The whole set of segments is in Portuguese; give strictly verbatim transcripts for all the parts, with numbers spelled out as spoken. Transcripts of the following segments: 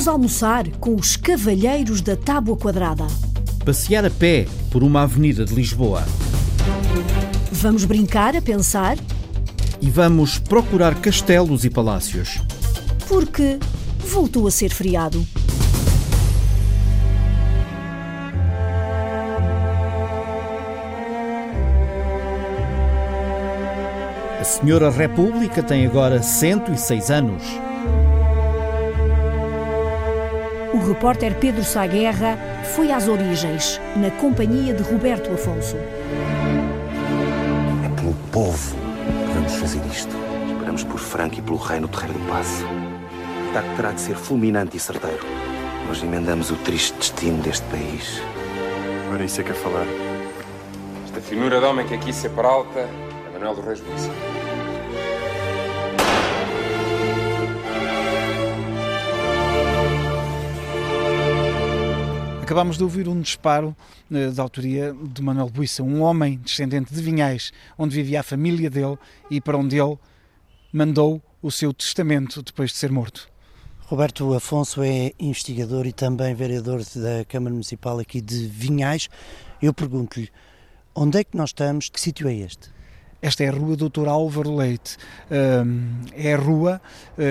almoçar com os cavalheiros da Tábua Quadrada. Passear a pé por uma avenida de Lisboa. Vamos brincar a pensar? E vamos procurar castelos e palácios. Porque voltou a ser feriado. A Senhora República tem agora cento e seis anos. O repórter Pedro Sá Guerra foi às origens, na companhia de Roberto Afonso. É pelo povo que vamos fazer isto. Esperamos por Franco e pelo rei no Terreiro do Paço. O ataque terá de ser fulminante e certeiro. Nós emendamos o triste destino deste país. Agora isso é que é falar. Esta finura de homem que aqui se peralta é Manuel do Reis Buissa. Acabámos de ouvir um disparo uh, da autoria de Manuel Buissa, um homem descendente de Vinhais, onde vivia a família dele e para onde ele mandou o seu testamento depois de ser morto. Roberto Afonso é investigador e também vereador da Câmara Municipal aqui de Vinhais. Eu pergunto-lhe, onde é que nós estamos? Que sítio é este? Esta é a Rua doutor Álvaro Leite, é a rua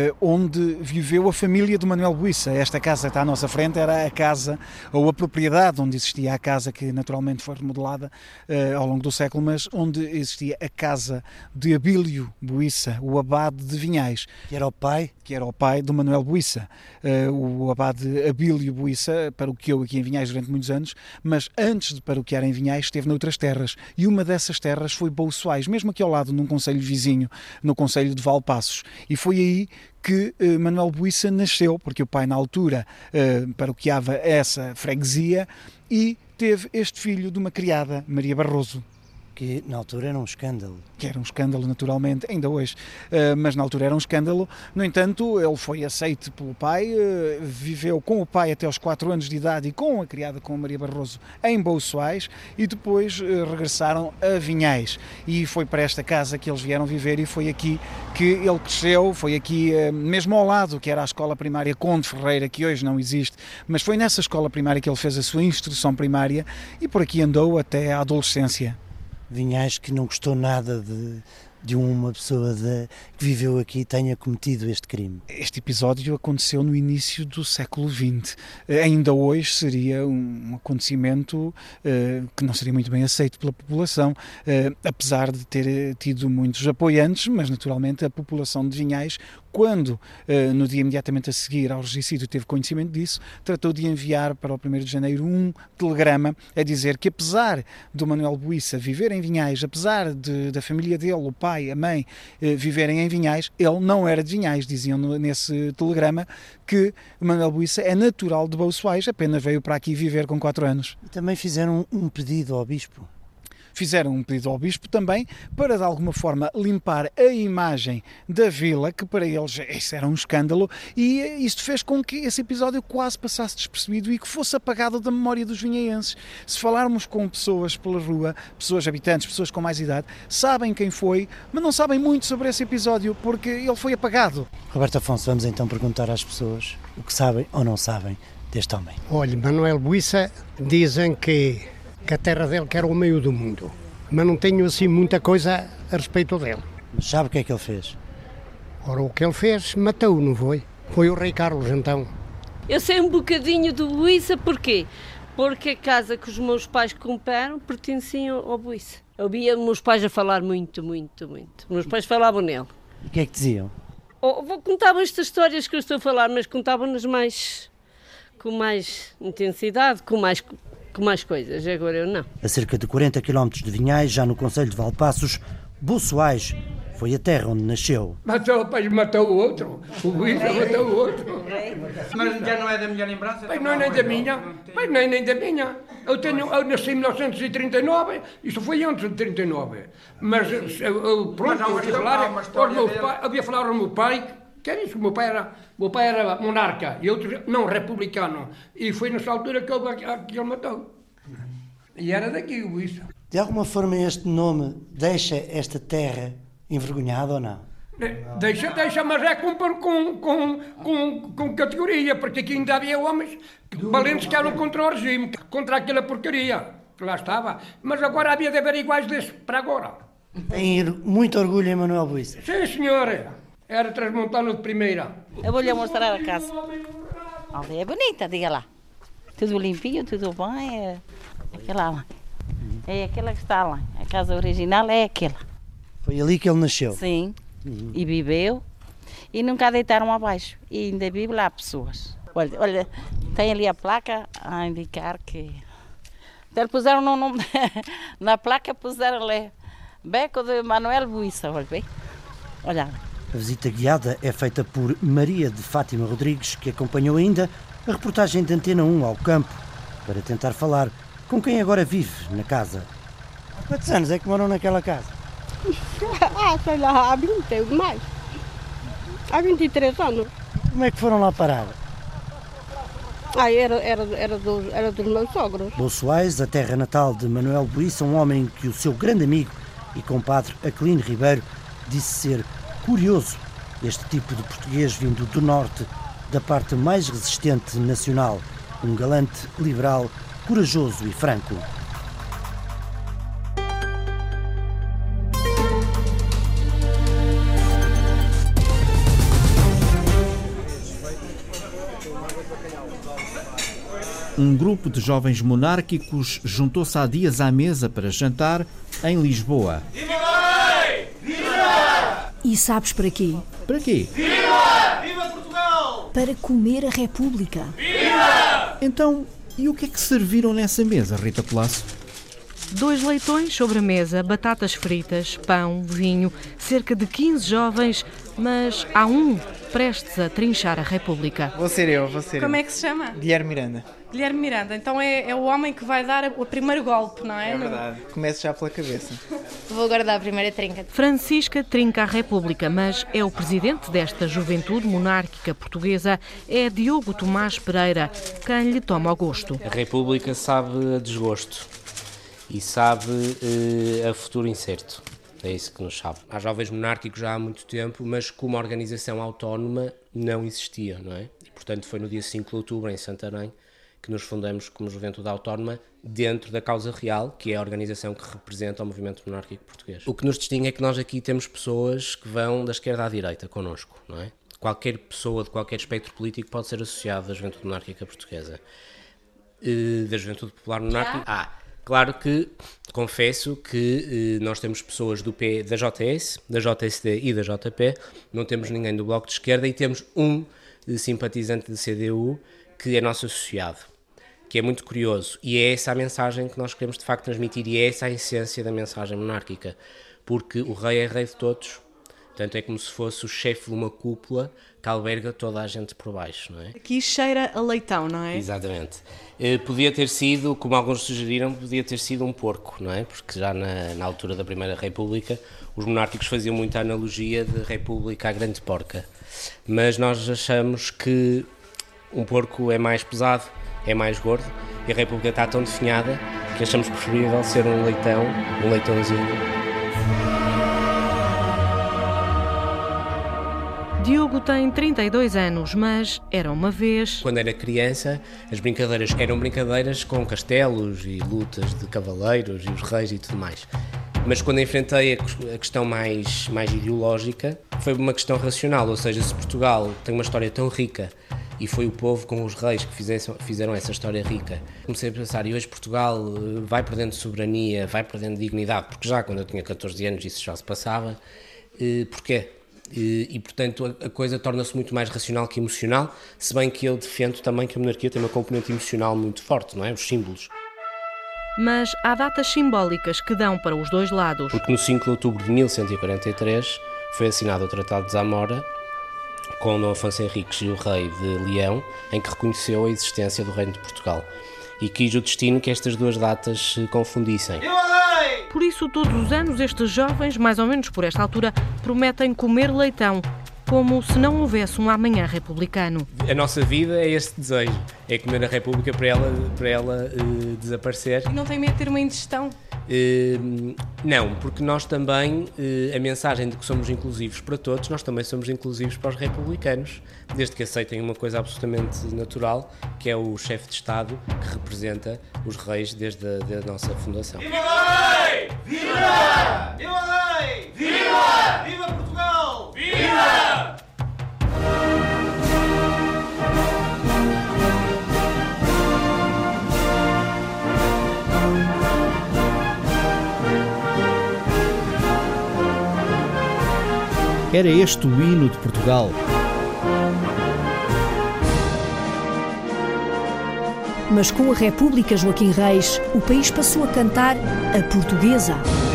onde viveu a família de Manuel Buissa. Esta casa que está à nossa frente era a casa, ou a propriedade onde existia a casa, que naturalmente foi remodelada ao longo do século, mas onde existia a casa de Abílio Buissa, o abade de Vinhais. Que era o pai? Que era o pai do Manuel Buissa, o abade Abílio Buissa, paroquiou aqui em Vinhais durante muitos anos, mas antes de paroquiar em Vinhais esteve noutras terras, e uma dessas terras foi Bouçoais, mesmo aqui ao lado, num concelho vizinho, no concelho de Valpaços. E foi aí que uh, Manuel Buissa nasceu, porque o pai, na altura, uh, paroquiava essa freguesia e teve este filho de uma criada, Maria Barroso. Que na altura era um escândalo. Que era um escândalo, naturalmente, ainda hoje, uh, mas na altura era um escândalo. No entanto, ele foi aceito pelo pai, uh, viveu com o pai até aos quatro anos de idade e com a criada, com a Maria Barroso, em Bouçoais, e depois uh, regressaram a Vinhais. E foi para esta casa que eles vieram viver e foi aqui que ele cresceu, foi aqui uh, mesmo ao lado, que era a escola primária Conde Ferreira, que hoje não existe, mas foi nessa escola primária que ele fez a sua instrução primária e por aqui andou até à adolescência. Vinhais que não gostou nada de, de uma pessoa de, que viveu aqui e tenha cometido este crime. Este episódio aconteceu no início do século vinte. Ainda hoje seria um acontecimento uh, que não seria muito bem aceito pela população, uh, apesar de ter tido muitos apoiantes, mas naturalmente a população de Vinhais, quando, no dia imediatamente a seguir ao regicídio, teve conhecimento disso, tratou de enviar para o primeiro de janeiro um telegrama a dizer que, apesar do Manuel Buissa viver em Vinhais, apesar de, da família dele, o pai, a mãe, viverem em Vinhais, ele não era de Vinhais. Diziam nesse telegrama que Manuel Buissa é natural de Bouçoais, apenas veio para aqui viver com quatro anos. E também fizeram um pedido ao bispo. Fizeram um pedido ao bispo também para, de alguma forma, limpar a imagem da vila, que para eles isso era um escândalo, e isto fez com que esse episódio quase passasse despercebido e que fosse apagado da memória dos vinhaenses. Se falarmos com pessoas pela rua, pessoas habitantes, pessoas com mais idade, sabem quem foi, mas não sabem muito sobre esse episódio porque ele foi apagado. Roberto Afonso, vamos então perguntar às pessoas o que sabem ou não sabem deste homem. Olha, Manuel Buissa, dizem que que a terra dele que era o meio do mundo, mas não tenho assim muita coisa a respeito dele. Mas sabe o que é que ele fez? Ora, o que ele fez, matou, não foi? Foi o rei Carlos, então. Eu sei um bocadinho do Buissa, porquê? Porque a casa que os meus pais compraram pertencia ao Buissa. Eu ouvia meus pais a falar muito, muito, muito. Meus pais falavam nele. E o que é que diziam? Oh, contavam estas histórias que eu estou a falar, mas contavam-nas mais, com mais intensidade, com mais... com mais coisas, agora eu não. A cerca de quarenta quilómetros de Vinhais, já no concelho de Valpaços, Bouçoais foi a terra onde nasceu. Matou, pai, matou o outro. O Buissa matou o outro. Mas já não é da minha lembrança? Pai, não é nem da minha. Pai, não é nem da minha. Eu, tenho, eu nasci em mil novecentos e trinta e nove, isso foi antes de trinta e nove. Mas, eu, pronto, eu havia falar, havia falar ao meu pai, que era isso, o meu pai era, meu pai era monarca e outro não republicano. E foi nessa altura que ele, que ele matou. E era daqui o Buissa. De alguma forma este nome deixa esta terra envergonhada ou não? Deixa, deixa, mas é com, com, com, com, com categoria, porque aqui ainda havia homens valentes que eram contra o regime, contra aquela porcaria que lá estava. Mas agora havia de haver iguais desses para agora. Tem muito orgulho em Manuel Buíça? Sim, senhora. Era transmontano de primeira. Eu vou-lhe mostrar a casa. A aldeia é bonita, diga lá. Tudo limpinho, tudo bem. É aquela lá. É aquela que está lá. A casa original é aquela. Foi ali que ele nasceu? Sim. Uhum. E viveu. E nunca deitaram abaixo. E ainda vive lá pessoas. Olha, olha, tem ali a placa a indicar que... Então puseram no nome... Na placa puseram ali... Beco de Manuel Buíça, olha bem. Olha lá. A visita guiada é feita por Maria de Fátima Rodrigues, que acompanhou ainda a reportagem de Antena um ao campo, para tentar falar com quem agora vive na casa. Há quantos anos é que moram naquela casa? Ah, sei lá, há vinte mais. Há vinte e três anos. Como é que foram lá parar? Ah, era, era, era, dos, era dos meus sogros. Bolsoais, a terra natal de Manuel Buíça, um homem que o seu grande amigo e compadre Aquilino Ribeiro disse ser curioso, este tipo de português vindo do norte, da parte mais resistente nacional, um galante, liberal, corajoso e franco. Um grupo de jovens monárquicos juntou-se há dias à mesa para jantar em Lisboa. Viva a lei! Viva! E sabes para quê? Para quê? Viva! Viva Portugal! Para comer a República. Viva! Então, e o que é que serviram nessa mesa, Rita Colasso? Dois leitões sobre a mesa, batatas fritas, pão, vinho, cerca de quinze jovens, mas há um prestes a trinchar a República. Vou ser eu, vou ser Como eu. é que se chama? Guilherme Miranda. Guilherme Miranda, então é, é o homem que vai dar o primeiro golpe, não é? É verdade. Começo já pela cabeça. Vou agora dar a primeira trinca. Francisca trinca a República, mas é o presidente desta juventude monárquica portuguesa, é Diogo Tomás Pereira, quem lhe toma o gosto. A República sabe a desgosto e sabe uh, a futuro incerto. É isso que nos sabe. Há jovens monárquicos já há muito tempo, mas como organização autónoma não existia, não é? E, portanto, foi no dia cinco de outubro, em Santarém, que nos fundamos como Juventude Autónoma dentro da Causa Real, que é a organização que representa o movimento monárquico português. O que nos distingue é que nós aqui temos pessoas que vão da esquerda à direita connosco, não é? Qualquer pessoa de qualquer espectro político pode ser associada à Juventude Monárquica Portuguesa. E da Juventude Popular Monárquica... Ah, claro que, confesso que eh, nós temos pessoas do P, da J S, da J S D e da J P, não temos ninguém do Bloco de Esquerda e temos um eh, simpatizante da C D U que é nosso associado, que é muito curioso. E é essa a mensagem que nós queremos de facto transmitir e é essa a essência da mensagem monárquica, porque o rei é rei de todos. Portanto, é como se fosse o chefe de uma cúpula que alberga toda a gente por baixo, não é? Aqui cheira a leitão, não é? Exatamente. Eh, podia ter sido, como alguns sugeriram, podia ter sido um porco, não é? Porque já na, na altura da Primeira República, os monárquicos faziam muita analogia de República à grande porca. Mas nós achamos que um porco é mais pesado, é mais gordo, e a República está tão definhada que achamos preferível ser um leitão, um leitãozinho. Diogo tem trinta e dois anos, mas era uma vez... Quando era criança, as brincadeiras eram brincadeiras com castelos e lutas de cavaleiros e os reis e tudo mais. Mas quando enfrentei a questão mais, mais ideológica, foi uma questão racional, ou seja, se Portugal tem uma história tão rica e foi o povo com os reis que fizessem, fizeram essa história rica, comecei a pensar, e hoje Portugal vai perdendo soberania, vai perdendo dignidade, porque já quando eu tinha catorze anos isso já se passava, porquê? E, e, portanto, a, a coisa torna-se muito mais racional que emocional, se bem que eu defendo também que a monarquia tem uma componente emocional muito forte, não é? Os símbolos. Mas há datas simbólicas que dão para os dois lados. Porque no cinco de outubro de mil cento e quarenta e três foi assinado o Tratado de Zamora com Dom Afonso Henriques e o rei de Leão, em que reconheceu a existência do Reino de Portugal. E quis o destino que estas duas datas se confundissem. Por isso, todos os anos, estes jovens, mais ou menos por esta altura, prometem comer leitão, como se não houvesse um amanhã republicano. A nossa vida é esse desejo, é comer a República para ela, para ela uh, desaparecer. E não tem medo de ter uma indigestão? Uh, não, porque nós também, uh, a mensagem de que somos inclusivos para todos, nós também somos inclusivos para os republicanos, desde que aceitem uma coisa absolutamente natural, que é o chefe de Estado que representa os reis desde a da nossa fundação. Viva o rei! Viva! Viva o rei! Viva! Viva Portugal! Viva! Era este o hino de Portugal. Mas com a República Joaquim Reis, o país passou a cantar a portuguesa.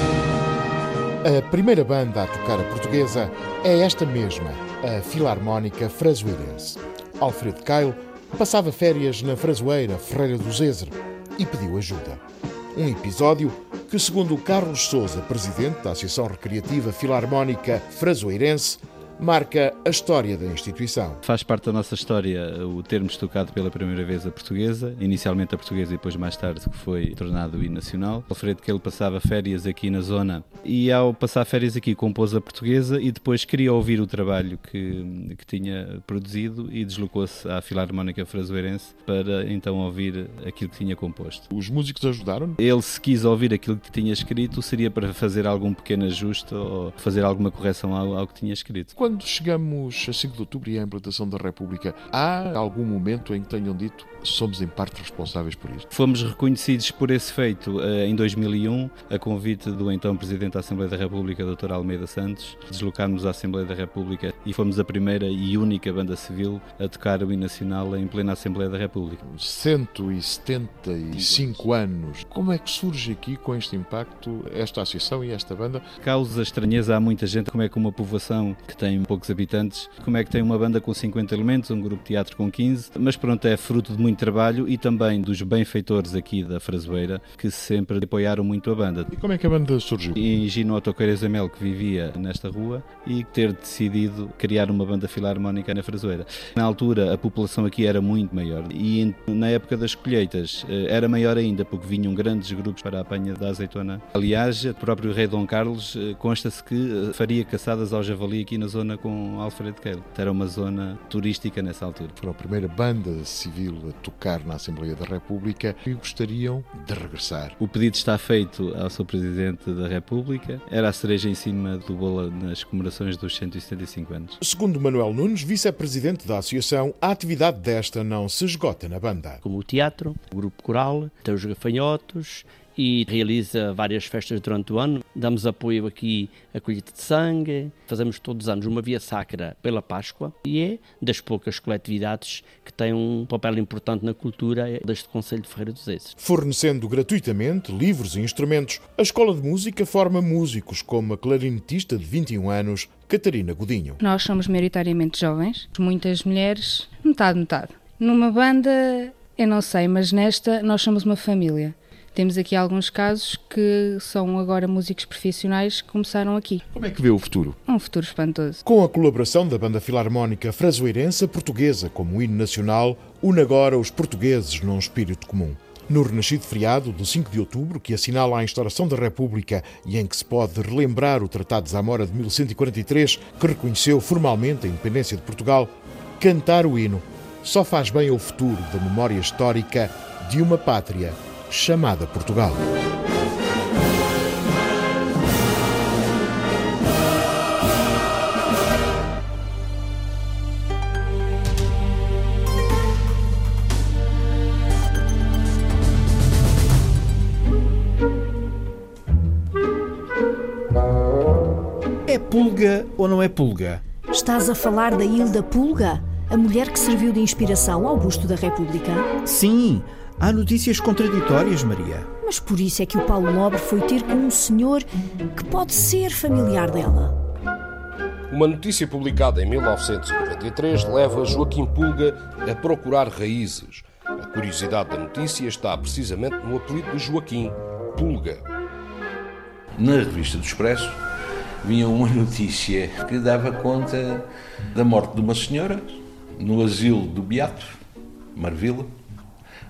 A primeira banda a tocar a portuguesa é esta mesma, a Filarmónica Frasoeirense. Alfredo Keil passava férias na Frasoeira, Ferreira do Zezer, e pediu ajuda. Um episódio que, segundo Carlos Sousa, presidente da Associação Recreativa Filarmónica Frasoeirense, marca a história da instituição. Faz parte da nossa história o termos tocado pela primeira vez a portuguesa, inicialmente a portuguesa e depois mais tarde que foi tornado o hino nacional. Alfredo Keil passava férias aqui na zona e ao passar férias aqui compôs a portuguesa e depois queria ouvir o trabalho que, que tinha produzido e deslocou-se à Filarmónica Frasoeirense para então ouvir aquilo que tinha composto. Os músicos ajudaram? Ele, se quis ouvir aquilo que tinha escrito, seria para fazer algum pequeno ajuste ou fazer alguma correção ao, ao que tinha escrito. Quando chegamos a cinco de outubro e à implantação da República, há algum momento em que tenham dito somos em parte responsáveis por isto? Fomos reconhecidos por esse feito em dois mil e um, a convite do então Presidente da Assembleia da República, doutor Almeida Santos. Deslocámos à Assembleia da República e fomos a primeira e única banda civil a tocar o hino nacional em plena Assembleia da República. cento e setenta e cinco anos. Como é que surge aqui com este impacto esta associação e esta banda? Causa estranheza a muita gente como é que uma povoação que tem poucos habitantes, como é que tem uma banda com cinquenta elementos, um grupo de teatro com quinze, mas pronto, é fruto de muito trabalho e também dos benfeitores aqui da Frasoeira que sempre apoiaram muito a banda. E como é que a banda surgiu? E Gino Otoqueiras Amel, que vivia nesta rua, e ter decidido criar uma banda filarmónica na Frasoeira. Na altura a população aqui era muito maior e na época das colheitas era maior ainda porque vinham grandes grupos para a apanha da azeitona. Aliás, o próprio rei Dom Carlos consta-se que faria caçadas ao javali aqui na zona com Alfredo Keil. Era uma zona turística nessa altura. Foram a primeira banda civil a tocar na Assembleia da República e gostariam de regressar. O pedido está feito ao seu Presidente da República. Era a cereja em cima do bolo nas comemorações dos cento e setenta e cinco anos. Segundo Manuel Nunes, vice-presidente da Associação, a atividade desta não se esgota na banda. Como o teatro, o grupo coral, tem os gafanhotos e realiza várias festas durante o ano. Damos apoio aqui à colheita de sangue, fazemos todos os anos uma via sacra pela Páscoa e é das poucas coletividades que têm um papel importante na cultura deste Concelho de Ferreira do Zezer. Fornecendo gratuitamente livros e instrumentos, a Escola de Música forma músicos como a clarinetista de vinte e um anos, Catarina Godinho. Nós somos maioritariamente jovens, muitas mulheres, metade, metade. Numa banda, eu não sei, mas nesta nós somos uma família. Temos aqui alguns casos que são agora músicos profissionais que começaram aqui. Como é que vê o futuro? Um futuro espantoso. Com a colaboração da Banda Filarmónica Frasoeirense Portuguesa como hino nacional, une agora os portugueses num espírito comum. No renascido feriado do cinco de outubro, que assinala a instauração da República e em que se pode relembrar o Tratado de Zamora de mil cento e quarenta e três, que reconheceu formalmente a independência de Portugal, cantar o hino só faz bem ao futuro da memória histórica de uma pátria chamada Portugal. É pulga ou não é pulga? Estás a falar da Hilda Pulga, a mulher que serviu de inspiração ao busto da República? Sim. Há notícias contraditórias, Maria. Mas por isso é que o Paulo Nobre foi ter com um senhor que pode ser familiar dela. Uma notícia publicada em mil novecentos e noventa e três leva Joaquim Pulga a procurar raízes. A curiosidade da notícia está precisamente no apelido de Joaquim, Pulga. Na revista do Expresso vinha uma notícia que dava conta da morte de uma senhora no asilo do Beato, Marvila,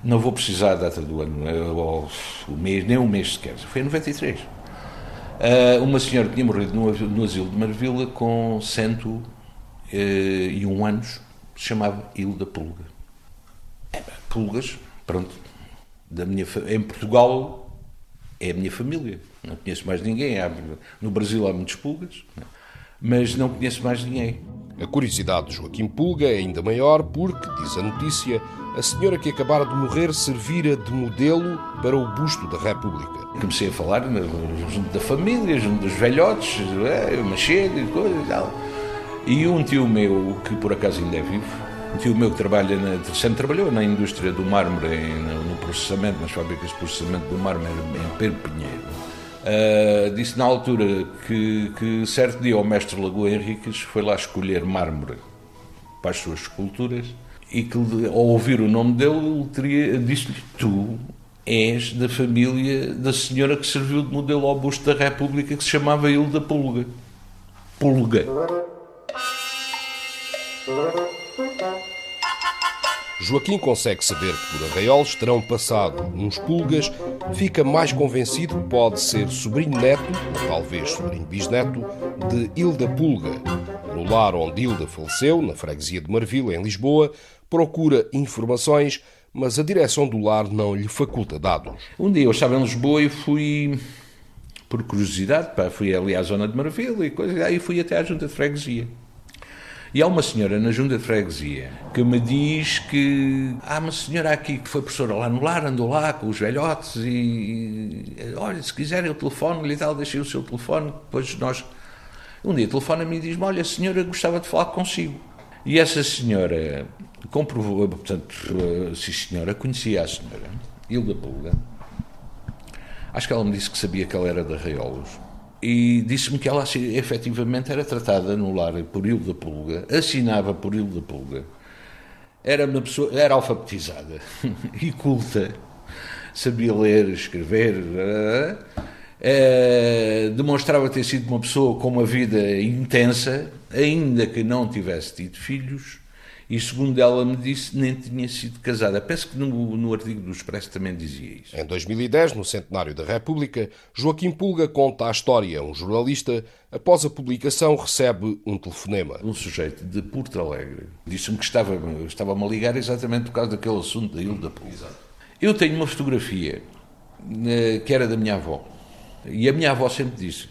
Não vou precisar da data do ano, ou o mês, nem um mês sequer. Foi em noventa e três. Uh, uma senhora que tinha morrido no, no asilo de Marvila com cento e um anos, se chamava Hilda Pulga. É, Pulgas, pronto, da minha, em Portugal é a minha família. Não conheço mais ninguém. Há, no Brasil há muitos Pulgas, mas não conheço mais ninguém. A curiosidade de Joaquim Pulga é ainda maior porque, diz a notícia, a senhora que acabara de morrer servira de modelo para o busto da República. Comecei a falar junto da família, junto dos velhotes, é, eu machego e coisa e tal. E um tio meu, que por acaso ainda é vivo, um tio meu que trabalha na, sempre trabalhou na indústria do mármore, em, no processamento, nas fábricas de processamento do mármore em Pedro Pinheiro, uh, disse na altura que, que certo dia o mestre Lagoa Henriques foi lá escolher mármore para as suas esculturas e que ao ouvir o nome dele, ele disse-lhe: tu és da família da senhora que serviu de modelo ao busto da República, que se chamava Hilda Pulga. Pulga. Joaquim consegue saber que por Arraiolos terão passado uns Pulgas, fica mais convencido que pode ser sobrinho-neto, ou talvez sobrinho-bisneto, de Hilda Pulga. No lar onde Hilda faleceu, na freguesia de Marvila, em Lisboa, procura informações, mas a direção do lar não lhe faculta dados. Um dia eu estava em Lisboa e fui, por curiosidade, pá, fui ali à zona de Marvila e coisa, aí fui até à junta de freguesia. E há uma senhora na junta de freguesia que me diz que há uma senhora aqui que foi professora lá no lar, andou lá com os velhotes e, e olha, se quiserem o telefone e tal, deixei o seu telefone, depois nós... Um dia telefona-me e diz-me: olha, a senhora gostava de falar consigo. E essa senhora comprovou, portanto, sim senhora, conhecia a senhora, Hilda Pulga. Acho que ela me disse que sabia que ela era de Arraiolos. E disse-me que ela efetivamente era tratada no lar por Hilda Pulga, assinava por Hilda Pulga, era uma pessoa, era alfabetizada e culta, sabia ler, escrever, é, demonstrava ter sido uma pessoa com uma vida intensa, ainda que não tivesse tido filhos, e segundo ela me disse, nem tinha sido casada. Penso que no, no artigo do Expresso também dizia isso. Em dois mil e dez, no centenário da República, Joaquim Pulga conta a história a um jornalista. Após a publicação, recebe um telefonema. Um sujeito de Porto Alegre disse-me que estava, estava-me a ligar exatamente por causa daquele assunto da Hilda Pulga. Exato. Eu tenho uma fotografia que era da minha avó, e a minha avó sempre disse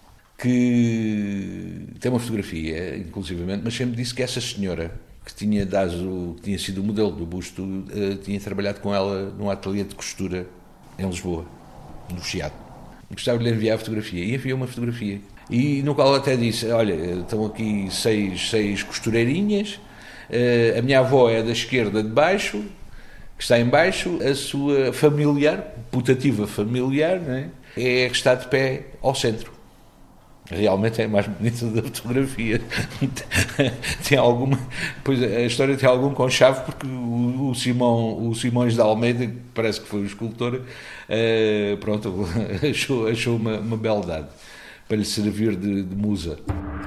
que tem uma fotografia, inclusivamente, mas sempre disse que essa senhora que tinha, dado, que tinha sido o modelo do busto, uh, tinha trabalhado com ela num ateliê de costura em Lisboa, no Chiado. Gostava de lhe enviar a fotografia, e enviou uma fotografia. E no qual ela até disse: olha, estão aqui seis, seis costureirinhas, uh, a minha avó é da esquerda de baixo, que está em baixo, a sua familiar, putativa familiar, não é? É a que está de pé ao centro. Realmente é a mais bonita da fotografia. Tem alguma, pois a história tem algum conchave, porque o, o, Simão, o Simões de Almeida, que parece que foi o escultor, uh, pronto, achou, achou uma, uma beldade para lhe servir de, de musa.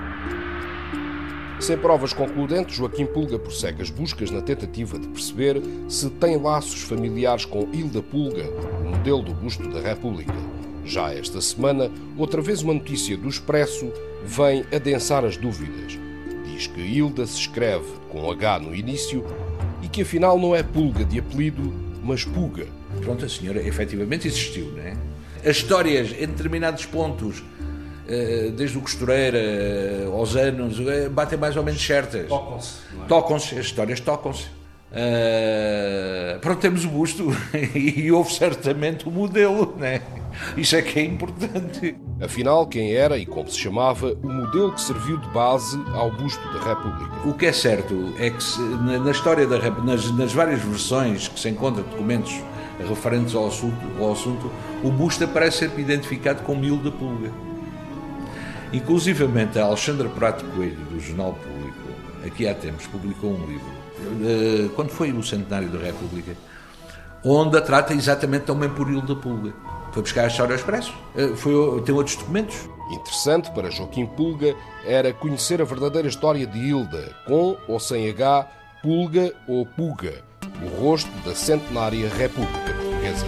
Sem provas concludentes, Joaquim Pulga prossegue as buscas na tentativa de perceber se tem laços familiares com Hilda Pulga, o modelo do busto da República. Já esta semana, outra vez uma notícia do Expresso vem adensar as dúvidas. Diz que Hilda se escreve com H no início e que afinal não é Pulga de apelido, mas Pulga. Pronto, a senhora efetivamente existiu, não é? As histórias em determinados pontos, desde o costureira aos anos, batem mais ou menos certas. Tocam-se. Não é? Tocam-se, as histórias tocam-se. Uh, pronto, temos o busto e houve certamente o modelo, né? Isso é que é importante. Afinal, quem era e como se chamava o modelo que serviu de base ao busto da República? O que é certo é que se, na, na história da nas, nas várias versões que se encontram documentos referentes ao assunto, ao assunto, o busto aparece sempre identificado como Hilda Pulga. Inclusivamente a Alexandra Prato Coelho, do Jornal Público, aqui há tempos, publicou um livro, quando foi o centenário da República, onde a trata exatamente também por Hilda Pulga. Foi buscar a história ao Expresso, foi, tem outros documentos. Interessante para Joaquim Pulga era conhecer a verdadeira história de Hilda, com ou sem H, Pulga ou Puga. o rosto da centenária República Portuguesa.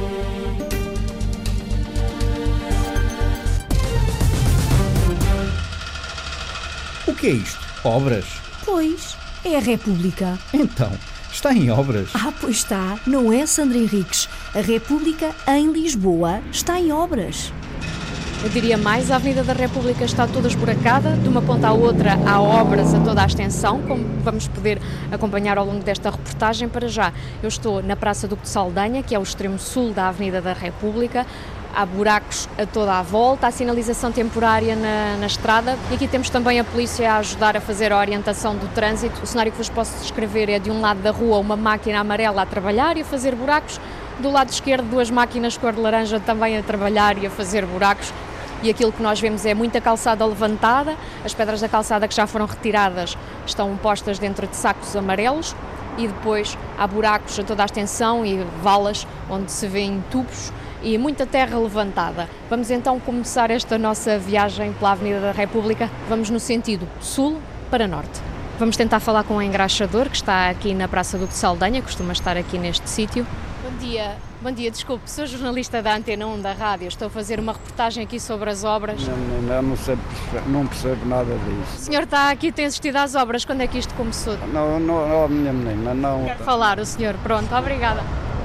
O que é isto? Obras? Pois, é a República. Então, está em obras? Ah, pois está. Não é, Sandra Henriques? A República em Lisboa está em obras. Eu diria mais, a Avenida da República está toda esburacada, de uma ponta à outra há obras a toda a extensão, como vamos poder acompanhar ao longo desta reportagem. Para já, eu estou na Praça Duque de Saldanha, que é o extremo sul da Avenida da República. Há buracos a toda a volta, há sinalização temporária na, na estrada e aqui temos também a polícia a ajudar a fazer a orientação do trânsito. O cenário que vos posso descrever é de um lado da rua uma máquina amarela a trabalhar e a fazer buracos, do lado esquerdo duas máquinas cor de laranja também a trabalhar e a fazer buracos. E aquilo que nós vemos é muita calçada levantada, as pedras da calçada que já foram retiradas estão postas dentro de sacos amarelos e depois há buracos a toda a extensão e valas onde se vêem tubos e muita terra levantada. Vamos então começar esta nossa viagem pela Avenida da República. Vamos no sentido sul para norte. Vamos tentar falar com o engraxador que está aqui na Praça Duque de Saldanha, costuma estar aqui neste sítio. Bom dia, bom dia, desculpe, sou jornalista da Antena um da rádio, estou a fazer uma reportagem aqui sobre as obras. Não, não, não, sei, não percebo nada disso. O senhor está aqui, tem assistido às obras, quando é que isto começou? Não, não, oh, minha menina, não. Quer falar o senhor, pronto, obrigada.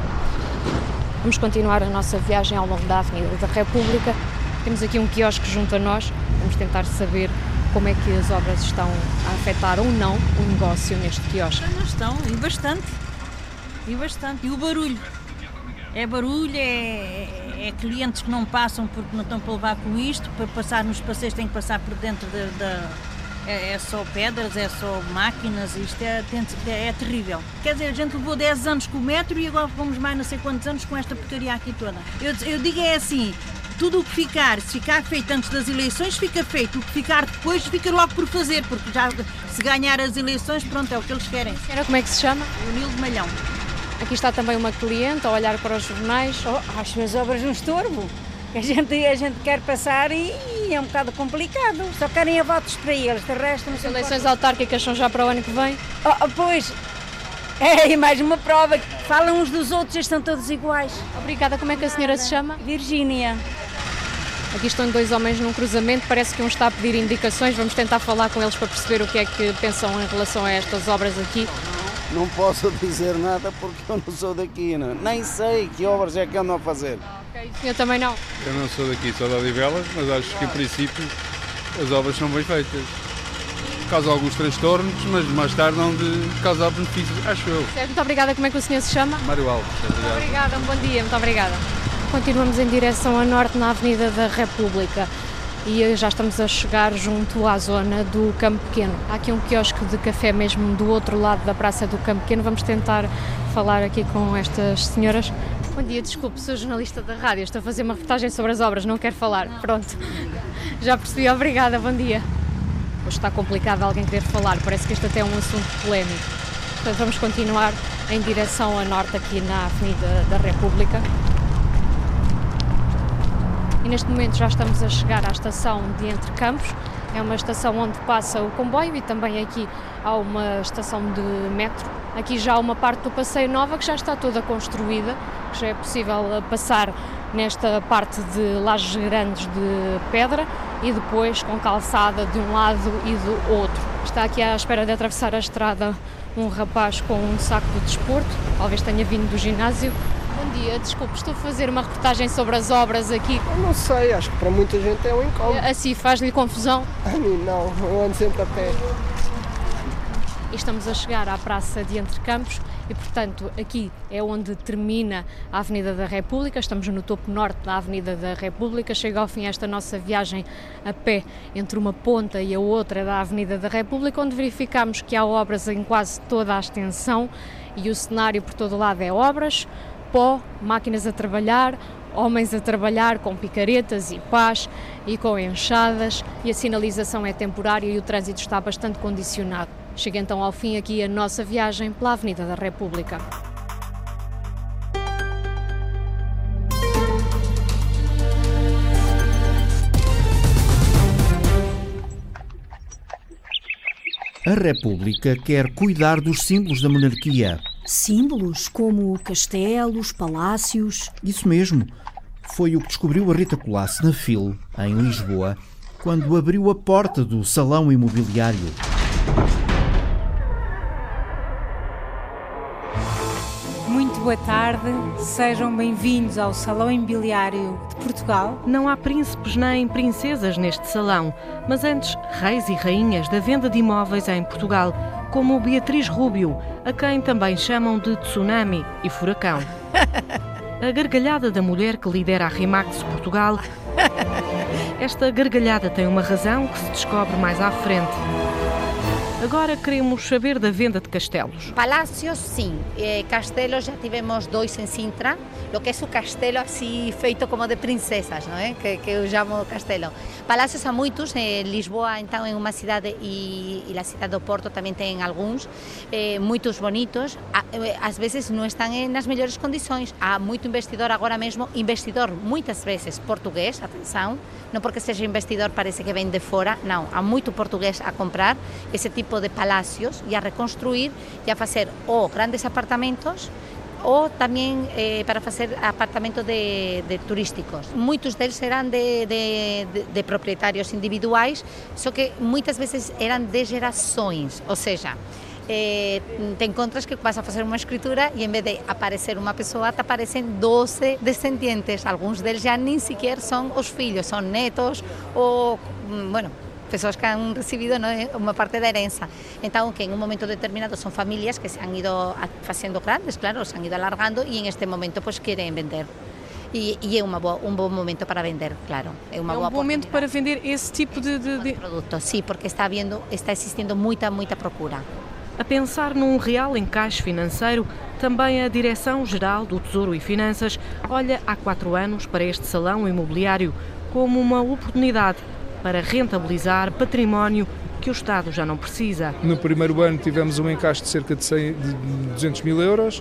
Vamos continuar a nossa viagem ao longo da Avenida da República. Temos aqui um quiosque junto a nós, vamos tentar saber como é que as obras estão a afetar ou não o negócio neste quiosque. Não estão, e bastante, e bastante. E o barulho, é barulho, é, é clientes que não passam porque não estão para levar com isto, para passar nos passeios têm que passar por dentro da... da é, é só pedras, é só máquinas, isto é, é, é terrível. Quer dizer, a gente levou dez anos com o metro e agora vamos mais não sei quantos anos com esta porcaria aqui toda. Eu, eu digo é assim, tudo o que ficar, se ficar feito antes das eleições, fica feito. O que ficar depois, fica logo por fazer, porque já se ganhar as eleições, pronto, é o que eles querem. Senhora, como é que se chama? Leonildo Malhão. Aqui está também uma cliente a olhar para os jornais. Oh, acho as obras um estorbo. A gente, a gente quer passar e, e é um bocado complicado. Só querem a votos para eles, de resto não se se As eleições autárquicas são já para o ano que vem? Oh, pois, é e mais uma prova. Falam uns dos outros, eles são todos iguais. Obrigada, como é que a senhora se chama? Virgínia. Aqui estão dois homens num cruzamento, parece que um está a pedir indicações, vamos tentar falar com eles para perceber o que é que pensam em relação a estas obras aqui. Não posso dizer nada porque eu não sou daqui, não. Nem sei que obras é que andam a fazer. Ok, o senhor também não? Eu não sou daqui, sou de Odivelas, mas acho que em princípio as obras são bem feitas. Causa alguns transtornos, mas mais tarde não de causar benefícios, acho eu. Certo, muito obrigada, como é que o senhor se chama? Mário Alves. Muito obrigada, um bom dia, muito obrigada. Continuamos em direção a norte na Avenida da República e já estamos a chegar junto à zona do Campo Pequeno. Há aqui um quiosque de café mesmo do outro lado da Praça do Campo Pequeno. Vamos tentar falar aqui com estas senhoras. Bom dia, desculpe, sou jornalista da rádio, estou a fazer uma reportagem sobre as obras, não quero falar. Pronto, já percebi, obrigada, bom dia. Hoje está complicado alguém querer falar, parece que este até é um assunto polémico. Portanto, vamos continuar em direção a norte aqui na Avenida da República. E neste momento já estamos a chegar à estação de Entre Campos. É uma estação onde passa o comboio e também aqui há uma estação de metro. Aqui já há uma parte do Passeio Nova que já está toda construída, que já é possível passar nesta parte de lajes grandes de pedra e depois com calçada de um lado e do outro. Está aqui à espera de atravessar a estrada um rapaz com um saco de desporto, talvez tenha vindo do ginásio. Bom dia, desculpe, estou a fazer uma reportagem sobre as obras aqui. Eu não sei, acho que para muita gente é um incómodo. Assim, faz-lhe confusão? A mim não, eu ando sempre a pé. E estamos a chegar à Praça de Entre Campos e, portanto, aqui é onde termina a Avenida da República. Estamos no topo norte da Avenida da República. Chega ao fim esta nossa viagem a pé entre uma ponta e a outra da Avenida da República, onde verificamos que há obras em quase toda a extensão e o cenário por todo lado é obras, pó, máquinas a trabalhar, homens a trabalhar com picaretas e pás e com enxadas, e a sinalização é temporária e o trânsito está bastante condicionado. Chega então ao fim aqui a nossa viagem pela Avenida da República. A República quer cuidar dos símbolos da monarquia. Símbolos como castelos, palácios... Isso mesmo. Foi o que descobriu a Rita Colasso na F I L, em Lisboa, quando abriu a porta do Salão Imobiliário. Muito boa tarde, sejam bem-vindos ao Salão Imobiliário de Portugal. Não há príncipes nem princesas neste salão, mas antes reis e rainhas da venda de imóveis em Portugal, como Beatriz Rubio, a quem também chamam de tsunami e furacão. A gargalhada da mulher que lidera a Remax Portugal. Esta gargalhada tem uma razão que se descobre mais à frente. Agora queremos saber da venda de castelos. Palácios, sim. Eh, castelos, já tivemos dois em Sintra. O que é o castelo assim feito como de princesas, não é? Que, que eu chamo castelo. Palácios há muitos. Eh, Lisboa, então, é uma cidade e, e a cidade do Porto também tem alguns. Eh, muitos bonitos. Às vezes não estão nas melhores condições. Há muito investidor agora mesmo. Investidor, muitas vezes, português, atenção. Não porque seja investidor parece que vem de fora. Não, há muito português a comprar esse tipo de palácios e a reconstruir e a fazer ou grandes apartamentos ou também eh, para fazer apartamentos de, de turísticos. Muitos deles eram de, de, de, de proprietários individuais, só que muitas vezes eram de gerações, ou seja, Eh, te encontras que vas a fazer uma escritura e em vez de aparecer uma pessoa, te aparecem doze descendentes. Alguns deles já nem sequer são os filhos, são netos ou, bueno, pessoas que han recibido, não é, uma parte da herança. Então, que em um momento determinado são famílias que se han ido fazendo grandes, claro, se han ido alargando e em este momento pues querem vender. E, e é uma boa, um bom momento para vender, claro. É, uma é um boa bom momento para vender esse tipo de, de, de... produto, sim, porque está, havendo, está existindo muita, muita procura. A pensar num real encaixe financeiro, também a Direção-Geral do Tesouro e Finanças olha há quatro anos para este salão imobiliário como uma oportunidade para rentabilizar património que o Estado já não precisa. No primeiro ano tivemos um encaixe de cerca de, cem, de duzentos mil euros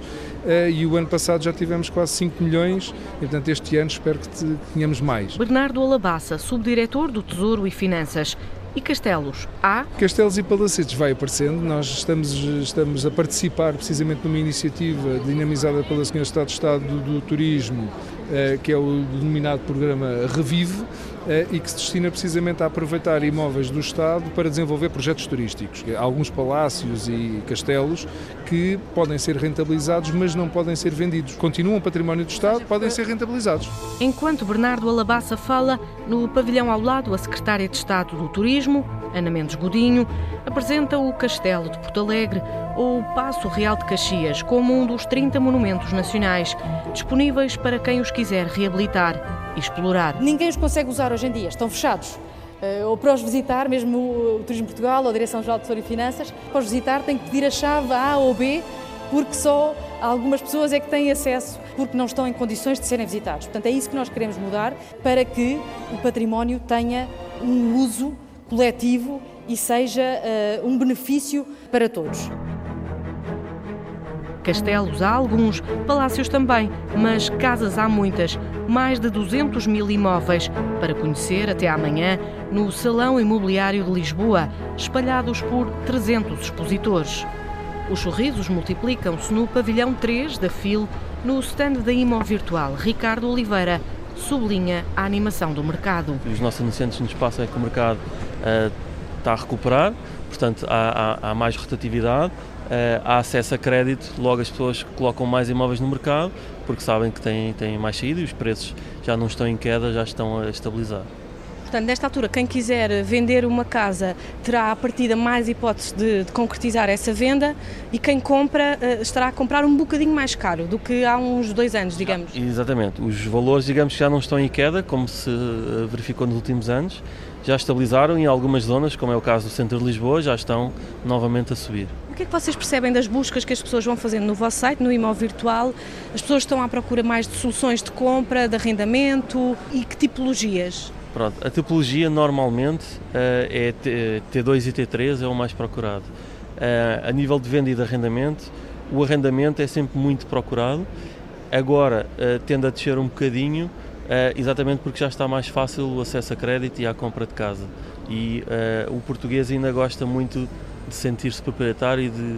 e o ano passado já tivemos quase cinco milhões e, portanto, este ano espero que tenhamos mais. Bernardo Alabassa, subdiretor do Tesouro e Finanças. E castelos? Há? Castelos e palacetes vai aparecendo. Nós estamos, estamos a participar precisamente numa iniciativa dinamizada pela senhora Estado de Estado do, do Turismo, eh, que é o denominado programa Revive, eh, e que se destina precisamente a aproveitar imóveis do Estado para desenvolver projetos turísticos. Há alguns palácios e castelos que podem ser rentabilizados, mas não podem ser vendidos. Continuam património do Estado, podem ser rentabilizados. Enquanto Bernardo Alabassa fala, no pavilhão ao lado, a secretária de Estado do Turismo, Ana Mendes Godinho, apresenta o Castelo de Porto Alegre ou o Paço Real de Caxias como um dos trinta monumentos nacionais disponíveis para quem os quiser reabilitar e explorar. Ninguém os consegue usar hoje em dia, estão fechados. Ou para os visitar, mesmo o Turismo Portugal ou a Direção-Geral do Tesouro e Finanças, para os visitar tem que pedir a chave A ou B, porque só algumas pessoas é que têm acesso, porque não estão em condições de serem visitados. Portanto, é isso que nós queremos mudar para que o património tenha um uso coletivo e seja uh, um benefício para todos. Castelos há alguns, palácios também, mas casas há muitas, mais de duzentos mil imóveis, para conhecer até amanhã no Salão Imobiliário de Lisboa, espalhados por trezentos expositores. Os sorrisos multiplicam-se no pavilhão três da F I L, no stand da Imo Virtual. Ricardo Oliveira sublinha a animação do mercado. Os nossos anunciantes nos passam é que o mercado uh, está a recuperar, portanto há, há, há mais rotatividade, uh, há acesso a crédito, logo as pessoas colocam mais imóveis no mercado porque sabem que têm, têm mais saída e os preços já não estão em queda, já estão a estabilizar. Portanto, nesta altura, quem quiser vender uma casa terá a partida mais hipótese de, de concretizar essa venda e quem compra uh, estará a comprar um bocadinho mais caro do que há uns dois anos, digamos. Ah, exatamente. Os valores, digamos, já não estão em queda, como se verificou nos últimos anos, já estabilizaram e em algumas zonas, como é o caso do centro de Lisboa, já estão novamente a subir. O que é que vocês percebem das buscas que as pessoas vão fazendo no vosso site, no Imo Virtual? As pessoas estão à procura mais de soluções de compra, de arrendamento e que tipologias? Pronto, a tipologia normalmente uh, é T dois e T três, é o mais procurado. Uh, a nível de venda e de arrendamento, o arrendamento é sempre muito procurado, agora uh, tende a descer um bocadinho, uh, exatamente porque já está mais fácil o acesso a crédito e à compra de casa. E uh, o português ainda gosta muito de sentir-se proprietário e de,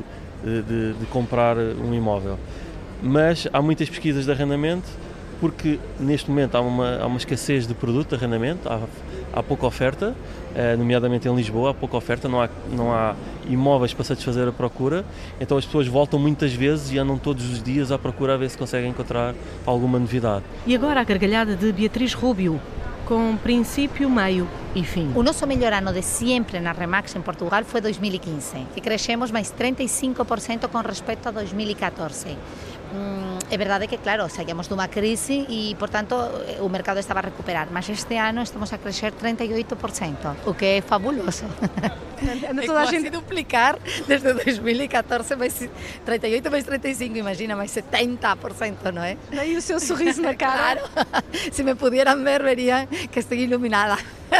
de, de, de comprar um imóvel. Mas há muitas pesquisas de arrendamento, porque neste momento há uma, há uma escassez de produto de arrendamento, há, há pouca oferta, nomeadamente em Lisboa, há pouca oferta, não há, não há imóveis para satisfazer a procura, então as pessoas voltam muitas vezes e andam todos os dias à procura a ver se conseguem encontrar alguma novidade. E agora a gargalhada de Beatriz Rubio, com princípio, meio e fim. O nosso melhor ano de sempre na Remax em Portugal foi dois mil e quinze, que crescemos mais trinta e cinco por cento com respeito a dois mil e catorze. Hum, é verdade que, claro, saímos de uma crise e, portanto, o mercado estava a recuperar, mas este ano estamos a crescer trinta e oito por cento, o que é fabuloso. É quase duplicar desde dois mil e catorze, mais trinta e oito mais trinta e cinco, imagina, mais setenta por cento, não é? E o seu sorriso na cara? Claro, se me pudieran ver, veriam que estou iluminada.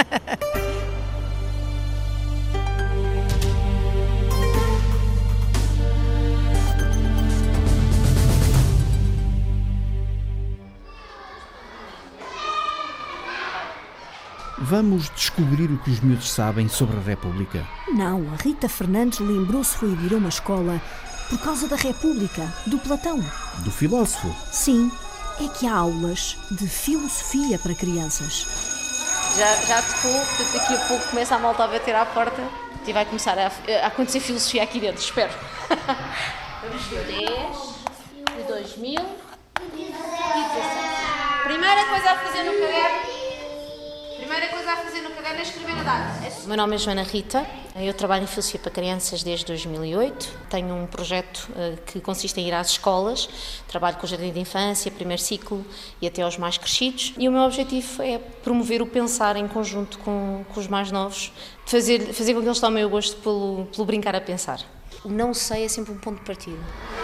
Vamos descobrir o que os miúdos sabem sobre a República. Não, a Rita Fernandes lembrou-se foi ir a uma escola por causa da República, do Platão. Do filósofo? Sim, é que há aulas de filosofia para crianças. Já, já tocou, daqui a pouco começa a malta a bater à porta e vai começar a, a acontecer filosofia aqui dentro, espero. Vamos ver, dez de dois mil e dezesseis. Primeira coisa a fazer no caderno. Primeira coisa a fazer no caderno é escrever a data. O meu nome é Joana Rita, eu trabalho em filosofia para crianças desde dois mil e oito. Tenho um projeto uh, que consiste em ir às escolas, trabalho com o jardim de infância, primeiro ciclo e até aos mais crescidos. E o meu objetivo é promover o pensar em conjunto com, com os mais novos, fazer, fazer com que eles tomem o gosto pelo, pelo brincar a pensar. O não sei é sempre um ponto de partida.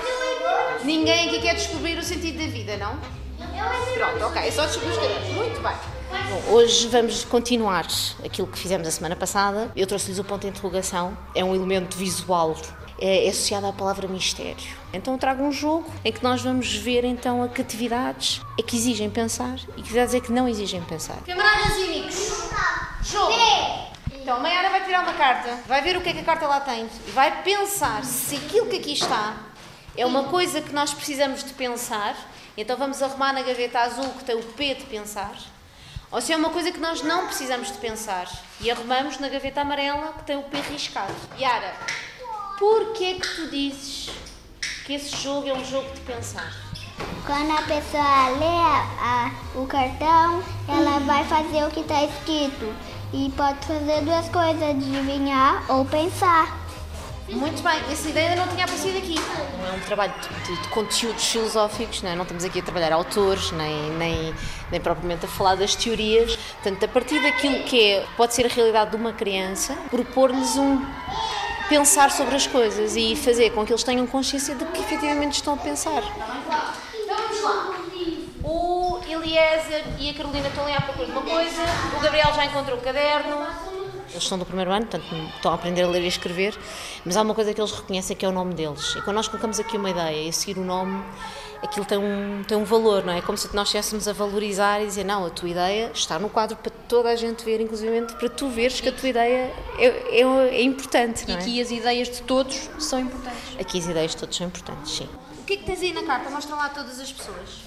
Ninguém aqui quer descobrir o sentido da vida, não? Pronto, ok, é só descobrir os cadernos. Muito bem. Bom, hoje vamos continuar aquilo que fizemos a semana passada. Eu trouxe-lhes o ponto de interrogação. É um elemento visual, é associado à palavra mistério. Então eu trago um jogo em que nós vamos ver então a que atividades é que exigem pensar e que atividades é que não exigem pensar. Camaradas e amigos, jogo! Então a Maiara vai tirar uma carta, vai ver o que é que a carta lá tem e vai pensar se aquilo que aqui está é uma coisa que nós precisamos de pensar. Então vamos arrumar na gaveta azul que tem o P de pensar. Ou se é uma coisa que nós não precisamos de pensar e arrumamos na gaveta amarela que tem o P riscado. Yara, por que é que tu dizes que esse jogo é um jogo de pensar? Quando a pessoa lê a, o cartão, ela vai fazer o que está escrito. E pode fazer duas coisas, adivinhar ou pensar. Muito bem, essa ideia não tinha aparecido aqui. Não é um trabalho de, de, de conteúdos filosóficos, não, é? Não estamos aqui a trabalhar autores, nem, nem, nem propriamente a falar das teorias. Portanto, a partir daquilo que é, pode ser a realidade de uma criança, propor-lhes um pensar sobre as coisas e fazer com que eles tenham consciência de que efetivamente estão a pensar. Então vamos lá. O Eliezer e a Carolina estão ali à procura de uma coisa, o Gabriel já encontrou o caderno. Eles estão do primeiro ano, portanto estão a aprender a ler e a escrever, mas há uma coisa que eles reconhecem que é o nome deles. E quando nós colocamos aqui uma ideia e a seguir o nome, aquilo tem um, tem um valor, não é? É como se nós estivéssemos a valorizar e dizer, não, a tua ideia está no quadro para toda a gente ver, inclusive para tu veres que a tua ideia é, é, é importante, não é? E aqui as ideias de todos são importantes. Aqui as ideias de todos são importantes, sim. O que é que tens aí na carta? Mostra lá a todas as pessoas.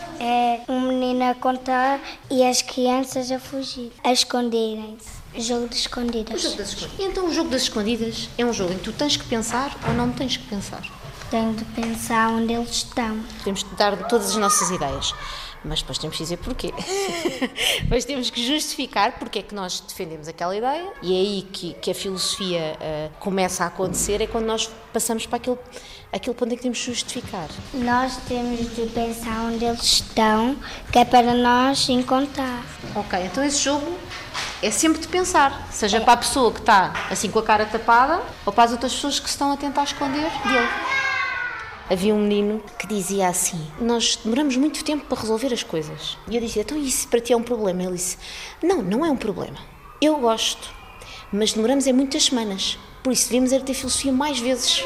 É um menino a contar e as crianças a fugir, a esconderem-se. Jogo de escondidas. O jogo das escondidas. E então o jogo das escondidas é um jogo em que tu tens que pensar ou não tens que pensar? Tenho de pensar onde eles estão. Temos de dar todas as nossas ideias, mas depois temos que dizer porquê. Depois temos que justificar porque é que nós defendemos aquela ideia e é aí que, que a filosofia uh, começa a acontecer, é quando nós passamos para aquele, aquele ponto em que temos de justificar. Nós temos de pensar onde eles estão, que é para nós encontrar. Ok, então esse jogo é sempre de pensar, seja é. para a pessoa que está assim com a cara tapada ou para as outras pessoas que se estão a tentar esconder dele. Havia um menino que dizia assim, nós demoramos muito tempo para resolver as coisas. E eu dizia, então isso para ti é um problema? Ele disse, não, não é um problema. Eu gosto, mas demoramos é muitas semanas, por isso devíamos era ter filosofia mais vezes.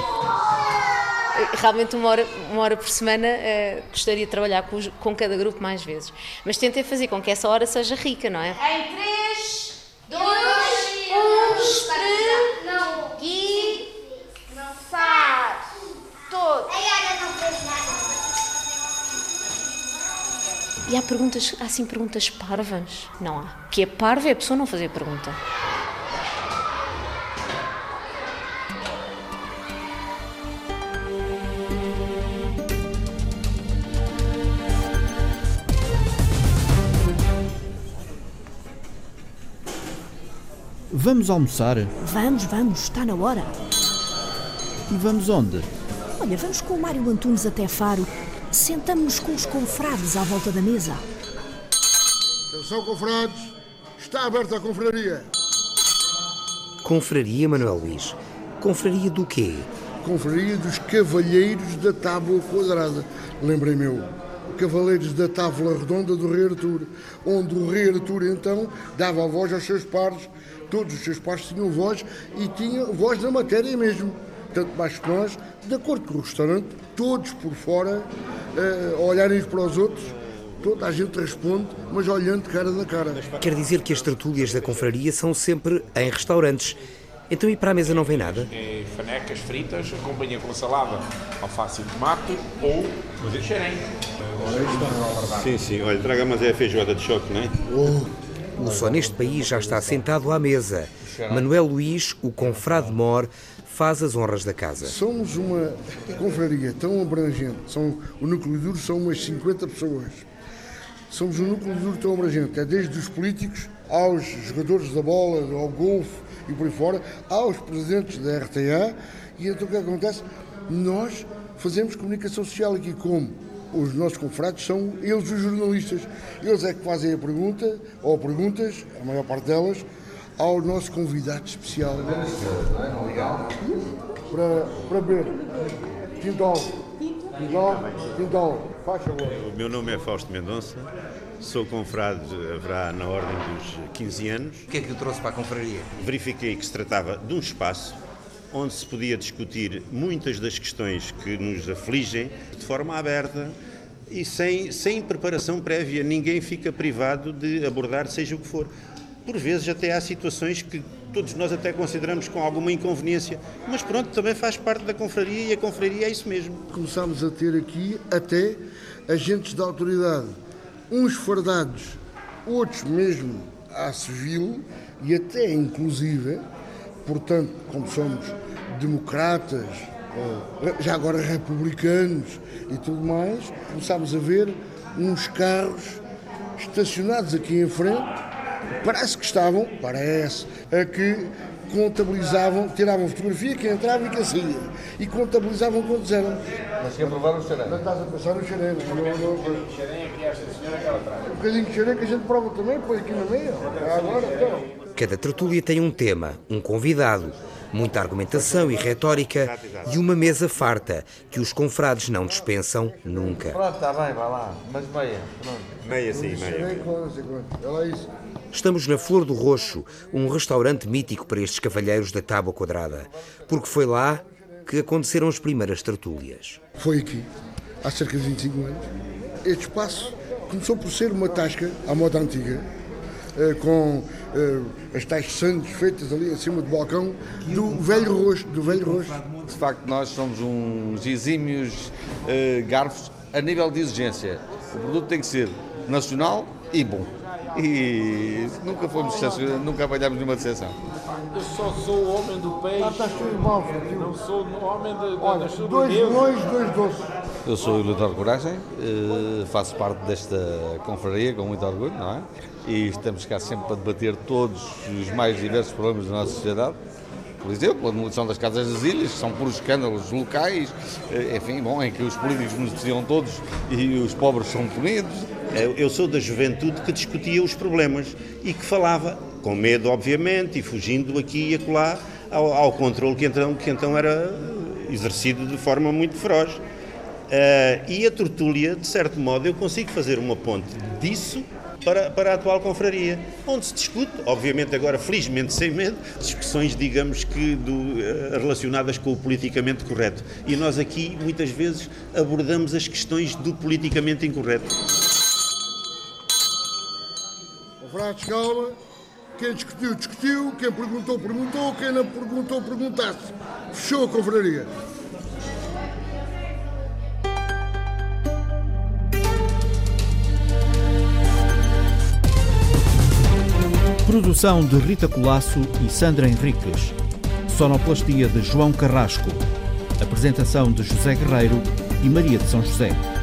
Realmente uma hora, uma hora por semana uh, gostaria de trabalhar com, com cada grupo mais vezes. Mas tentei fazer com que essa hora seja rica, não é? Em três, dois, um, espreguiçar. E há perguntas, há assim perguntas parvas? Não há. O que é parvo é a pessoa não fazer pergunta. Vamos almoçar? Vamos, vamos, está na hora. E vamos onde? Olha, vamos com o Mário Antunes até Faro. Sentamos-nos com os confrades à volta da mesa. Atenção, confrades. Está aberta a confraria. Confraria, Manuel Luís? Confraria do quê? Confraria dos Cavalheiros da Tábua Quadrada. Lembrei-me eu. Cavaleiros da Távola Redonda do Rei Artur, onde o Rei Artur, então, dava a voz aos seus pares. Todos os seus pares tinham voz e tinham voz na matéria mesmo. Tanto mais que nós, de acordo com o restaurante, todos por fora, uh, a olharem uns para os outros, toda a gente responde, mas olhando de cara na cara. Quer dizer que as tertúlias da confraria são sempre em restaurantes. Então e para a mesa não vem nada? É fanecas fritas, acompanha com salada, alface e tomate ou fazer xerém. Sim, sim. Olha, traga mas é a feijoada de choque, não é? Oh. O Só Neste País já está sentado à mesa. Manuel Luís, o confrade mor, faz as honras da casa. Somos uma confraria tão abrangente, são, o núcleo duro são umas cinquenta pessoas. Somos um núcleo duro tão abrangente, é desde os políticos aos jogadores da bola, ao golfe e por aí fora, aos presidentes da R T A, e então o que acontece? Nós fazemos comunicação social aqui como? Os nossos confrades são eles os jornalistas. Eles é que fazem a pergunta, ou perguntas, a maior parte delas, ao nosso convidado especial. Para, para ver. Tintol. Tintol. Tintol. Faz favor. O meu nome é Fausto Mendonça. Sou confrade, haverá na ordem dos quinze anos. O que é que o trouxe para a confraria? Verifiquei que se tratava de um espaço onde se podia discutir muitas das questões que nos afligem de forma aberta e sem, sem preparação prévia. Ninguém fica privado de abordar seja o que for. Por vezes até há situações que todos nós até consideramos com alguma inconveniência, mas pronto, também faz parte da confraria e a confraria é isso mesmo. Começámos a ter aqui até agentes da autoridade, uns fardados, outros mesmo à civil e até inclusive, portanto, como somos democratas, já agora republicanos e tudo mais, começámos a ver uns carros estacionados aqui em frente. Parece que estavam, parece, a que contabilizavam, tiravam fotografia, quem entrava e quem saía. E contabilizavam quantos eram. Mas quer provar o xerém? Não estás a pensar no xerém. Um bocadinho de xerém aqui esta senhora que ela traz. Um bocadinho de xerém que a gente prova também, põe aqui na meia. Agora, então. Cada tertúlia tem um tema, um convidado, muita argumentação e retórica e uma mesa farta que os confrades não dispensam nunca. Pronto, está bem, vai lá. Mas meia. Pronto. Meia sim, meia. Ela é isso. Estamos na Flor do Roxo, um restaurante mítico para estes cavalheiros da Tábua Quadrada, porque foi lá que aconteceram as primeiras tertúlias. Foi aqui, há cerca de vinte e cinco anos. Este espaço começou por ser uma tasca à moda antiga, com as tais sandes feitas ali acima do balcão do velho rosto, do velho rosto. De facto, nós somos uns exímios uh, garfos a nível de exigência. O produto tem que ser nacional e bom. E nunca fomos nunca apanhámos nenhuma decepção. Eu só sou o homem do peixe. Ah, estás tudo mal, filho. Não sou o homem da, da, Olha, das dois melões, dois doces. Eu sou o Iludor Coragem, faço parte desta confraria com muito orgulho, não é? E estamos cá sempre para debater todos os mais diversos problemas da nossa sociedade. Por exemplo, a demolição das casas das ilhas, que são puros escândalos locais, enfim, bom, em que os políticos nos desviam todos e os pobres são punidos. Eu sou da juventude que discutia os problemas e que falava, com medo, obviamente, e fugindo aqui e acolá ao, ao controle que então, que então era exercido de forma muito feroz. Uh, e a tertúlia, de certo modo, eu consigo fazer uma ponte disso para, para a atual confraria, onde se discute, obviamente agora, felizmente sem medo, discussões, digamos que, do, relacionadas com o politicamente correto. E nós aqui, muitas vezes, abordamos as questões do politicamente incorreto. Confrades, calma. Quem discutiu, discutiu. Quem perguntou, perguntou. Quem não perguntou, perguntasse. Fechou a confraria. Produção de Rita Colasso e Sandra Henriques. Sonoplastia de João Carrasco. Apresentação de José Guerreiro e Maria de São José.